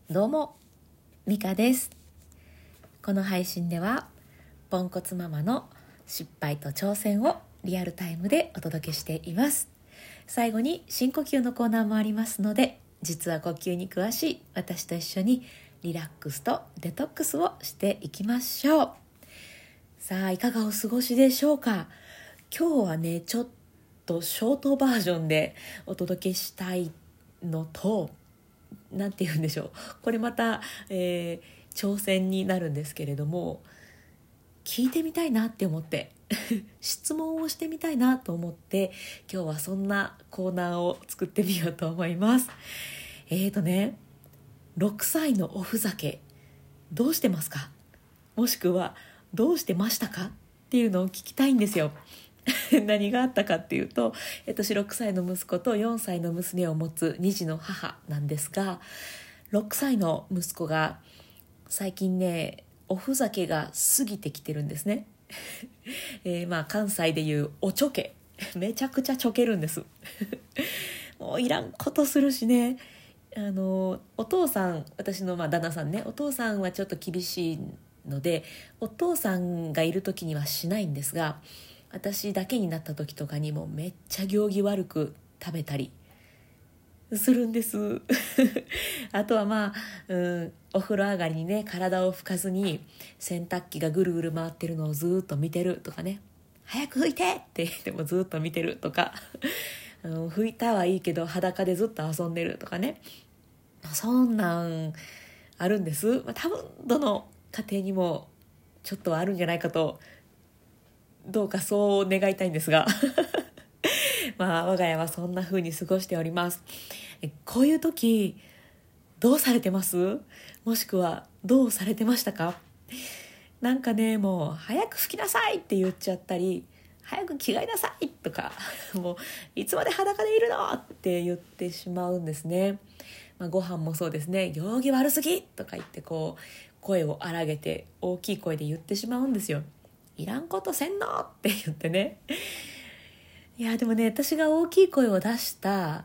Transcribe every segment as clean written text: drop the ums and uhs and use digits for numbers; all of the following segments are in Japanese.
どうも、ミカです。この配信ではポンコツママの失敗と挑戦をリアルタイムでお届けしています。最後に深呼吸のコーナーもありますので、実は呼吸に詳しい私と一緒にリラックスとデトックスをしていきましょう。さあ、いかがお過ごしでしょうか。今日はね、ちょっとショートバージョンでお届けしたいのと、なんて言うんでしょう、これまた、挑戦になるんですけれども、聞いてみたいなって思って質問をしてみたいなと思って、今日はそんなコーナーを作ってみようと思います。6歳のおふざけどうしてますか、もしくはどうしてましたかっていうのを聞きたいんですよ何があったかっていうと、私6歳の息子と4歳の娘を持つ2児の母なんですが、6歳の息子が最近ね、おふざけが過ぎてきてるんですね関西でいうおちょけ、めちゃくちゃちょけるんですもういらんことするしね。お父さん、私の旦那さんね、お父さんはちょっと厳しいので、お父さんがいる時にはしないんですが、私だけになった時とかにもめっちゃ行儀悪く食べたりするんですあとはお風呂上がりにね、体を拭かずに洗濯機がぐるぐる回ってるのをずっと見てるとかね、早く拭いてって言ってもずっと見てるとか拭いたはいいけど裸でずっと遊んでるとかね、そんなんあるんです。多分どの家庭にもちょっとはあるんじゃないかと、どうかそう願いたいんですが我が家はそんな風に過ごしております。こういう時どうされてます？もしくはどうされてましたか？なんかね、もう早く拭きなさいって言っちゃったり、早く着替えなさいとかもういつまで裸でいるのって言ってしまうんですね。ご飯もそうですね。行儀悪すぎとか言って声を荒げて大きい声で言ってしまうんですよ。いらんことせんのって言ってね。いやでもね、私が大きい声を出した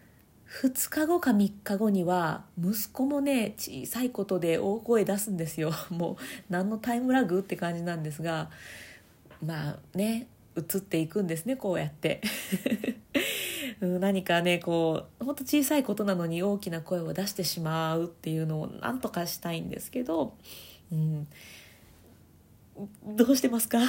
2日後か3日後には息子もね、小さいことで大声出すんですよ。もう何のタイムラグって感じなんですが、映っていくんですね、こうやって何かね、本当小さいことなのに大きな声を出してしまうっていうのを何とかしたいんですけど、どうしてますか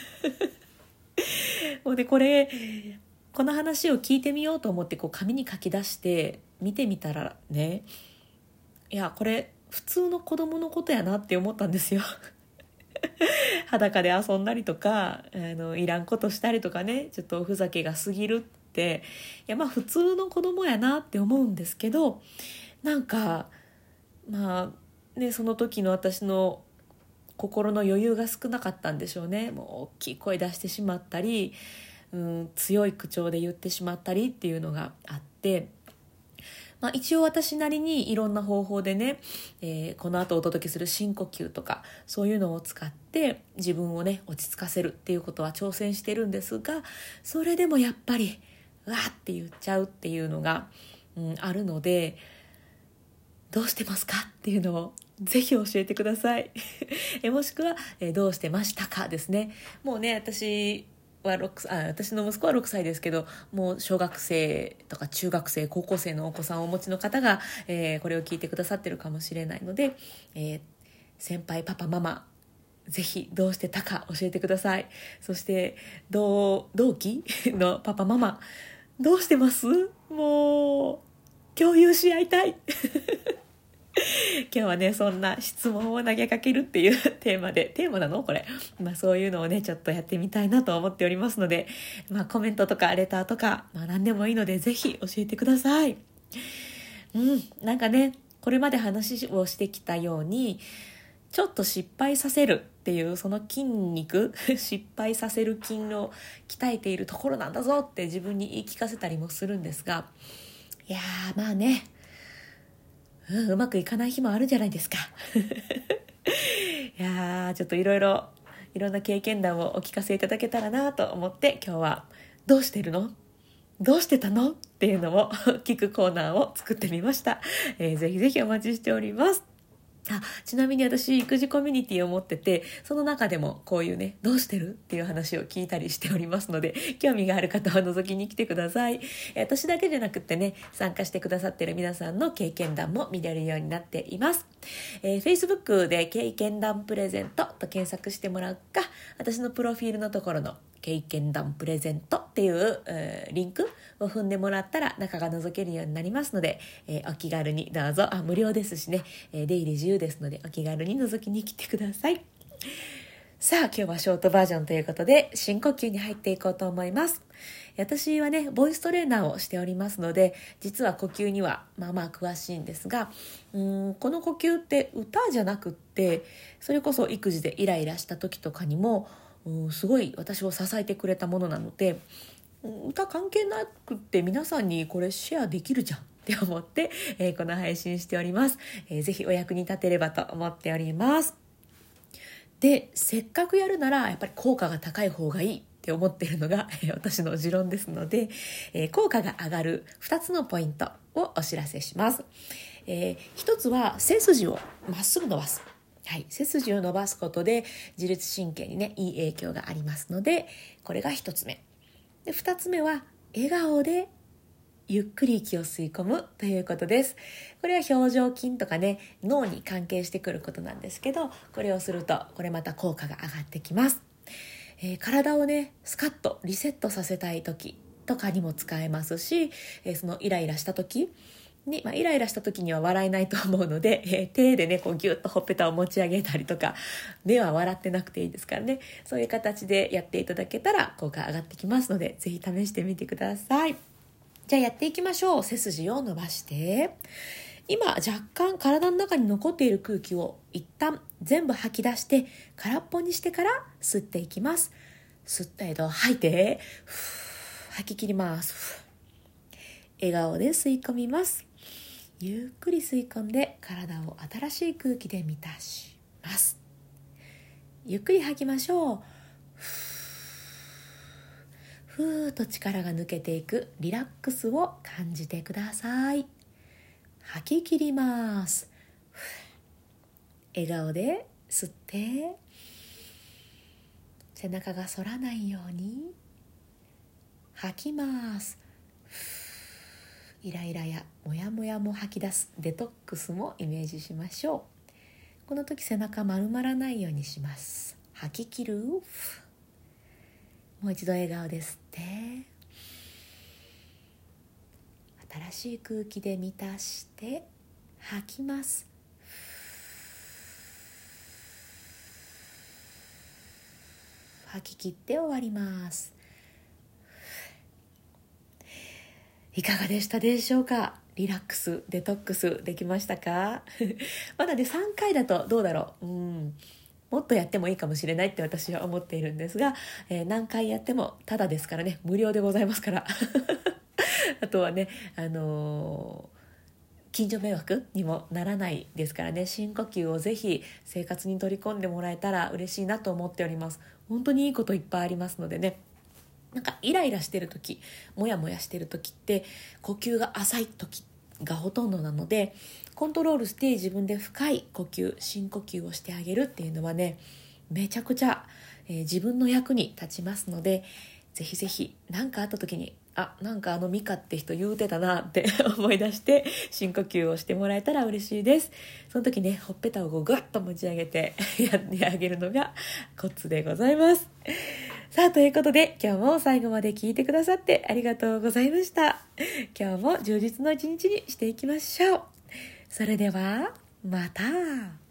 もうね、この話を聞いてみようと思って紙に書き出して見てみたらね、いやこれ普通の子供のことやなって思ったんですよ裸で遊んだりとかいらんことしたりとかね、ちょっとおふざけが過ぎるって、普通の子供やなって思うんですけど、なんかその時の私の心の余裕が少なかったんでしょうね。もう大きい声出してしまったり、強い口調で言ってしまったりっていうのがあって、一応私なりにいろんな方法でね、この後お届けする深呼吸とかそういうのを使って自分をね落ち着かせるっていうことは挑戦してるんですが、それでもやっぱりわーって言っちゃうっていうのが、あるので、どうしてますかっていうのをぜひ教えてくださいもしくは、どうしてましたかですね。もうね、私の息子は6歳ですけど、もう小学生とか中学生高校生のお子さんをお持ちの方が、これを聞いてくださってるかもしれないので、先輩パパママぜひどうしてたか教えてください。そして同期のパパママどうしてます？もう共有し合いたい今日はね、そんな質問を投げかけるっていうテーマなのこれ、そういうのをねちょっとやってみたいなと思っておりますので、コメントとかレターとか、何でもいいのでぜひ教えてください。なんかね、これまで話をしてきたように、ちょっと失敗させるっていうその筋肉失敗させる筋を鍛えているところなんだぞって自分に言い聞かせたりもするんですが、いやうまくいかない日もあるじゃないですかいやちょっといろんな経験談をお聞かせいただけたらなと思って、今日はどうしてるの？ どうしてたのっていうのを聞くコーナーを作ってみました。ぜひぜひお待ちしております。ちなみに私育児コミュニティを持ってて、その中でもこういうね、どうしてるっていう話を聞いたりしておりますので、興味がある方は覗きに来てください。私だけじゃなくってね、参加してくださってる皆さんの経験談も見れるようになっています。Facebook で経験談プレゼントと検索してもらうか、私のプロフィールのところの経験談プレゼントっていう、リンクを踏んでもらったら中が覗けるようになりますので、お気軽にどうぞ。無料ですしね、出入り自由ですのでお気軽に覗きに来てください。さあ今日はショートバージョンということで深呼吸に入っていこうと思います。私はねボイストレーナーをしておりますので、実は呼吸にはまあ詳しいんですが、この呼吸って歌じゃなくって、それこそ育児でイライラした時とかにもすごい私を支えてくれたものなので、歌関係なくって皆さんにこれシェアできるじゃんって思って、この配信しております。ぜひお役に立てればと思っております。で、せっかくやるならやっぱり効果が高い方がいいって思っているのが私の持論ですので、効果が上がる2つのポイントをお知らせします。一つは背筋をまっすぐ伸ばす。背筋を伸ばすことで自律神経にねいい影響がありますので、これが一つ目で、二つ目は笑顔でゆっくり息を吸い込むということです。これは表情筋とかね脳に関係してくることなんですけど、これをするとこれまた効果が上がってきます。体をねスカッとリセットさせたい時とかにも使えますし、そのイライラした時に、イライラした時には笑えないと思うので、手でねこうギュッとほっぺたを持ち上げたりとか、目は笑ってなくていいですからね、そういう形でやっていただけたら効果上がってきますので、ぜひ試してみてください。じゃあやっていきましょう。背筋を伸ばして、今若干体の中に残っている空気を一旦全部吐き出して空っぽにしてから吸っていきます。吸った間吐いて吐き切ります。笑顔で吸い込みます。ゆっくり吸い込んで体を新しい空気で満たします。ゆっくり吐きましょう。ふーっと力が抜けていくリラックスを感じてください。吐き切ります。笑顔で吸って背中が反らないように吐きます。イライラやモヤモヤも吐き出すデトックスもイメージしましょう。この時背中丸まらないようにします。吐き切る。もう一度笑顔で吸って新しい空気で満たして吐きます。吐き切って終わります。いかがでしたでしょうか。リラックスデトックスできましたかまだね3回だとどうだろう、もっとやってもいいかもしれないって私は思っているんですが、何回やってもただですからね、無料でございますからあとはね近所迷惑にもならないですからね、深呼吸をぜひ生活に取り込んでもらえたら嬉しいなと思っております。本当にいいこといっぱいありますのでね、なんかイライラしてる時、モヤモヤしてる時って呼吸が浅い時がほとんどなので、コントロールして自分で深い呼吸、深呼吸をしてあげるっていうのはね、めちゃくちゃ、自分の役に立ちますので、ぜひぜひ何かあった時になんかミカって人言うてたなって思い出して深呼吸をしてもらえたら嬉しいです。その時ね、ほっぺたをグッと持ち上げてやってあげるのがコツでございます。さあということで、今日も最後まで聞いてくださってありがとうございました。今日も充実の一日にしていきましょう。それではまた。